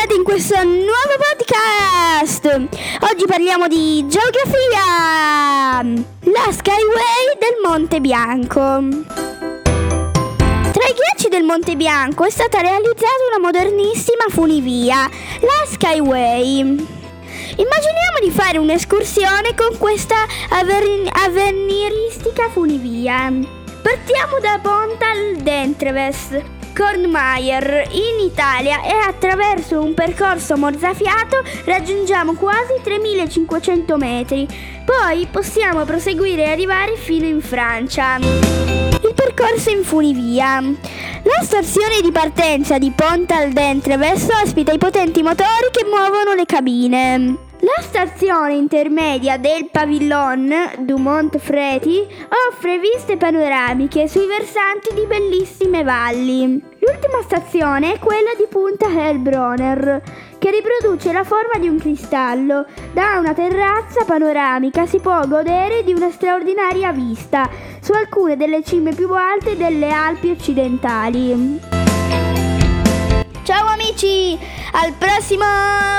bentornati in questo nuovo podcast. Oggi parliamo di geografia. La Skyway del Monte Bianco. Tra i ghiacci del Monte Bianco è stata realizzata una modernissima funivia, la Skyway. Immaginiamo di fare un'escursione con questa avveniristica funivia. Partiamo da Ponta d'Entreves, Cornmeyer, in Italia, e attraverso un percorso mozzafiato raggiungiamo quasi 3500 metri. Poi possiamo proseguire e arrivare fino in Francia. Il percorso in funivia. La stazione di partenza di Ponta d'Entreves ospita i potenti motori che muovono le cabine. La stazione intermedia del Pavillon du Mont-Fréty offre viste panoramiche sui versanti di bellissime valli. L'ultima stazione è quella di Punta Heilbronner, che riproduce la forma di un cristallo. Da una terrazza panoramica si può godere di una straordinaria vista su alcune delle cime più alte delle Alpi occidentali. Ciao amici, al prossimo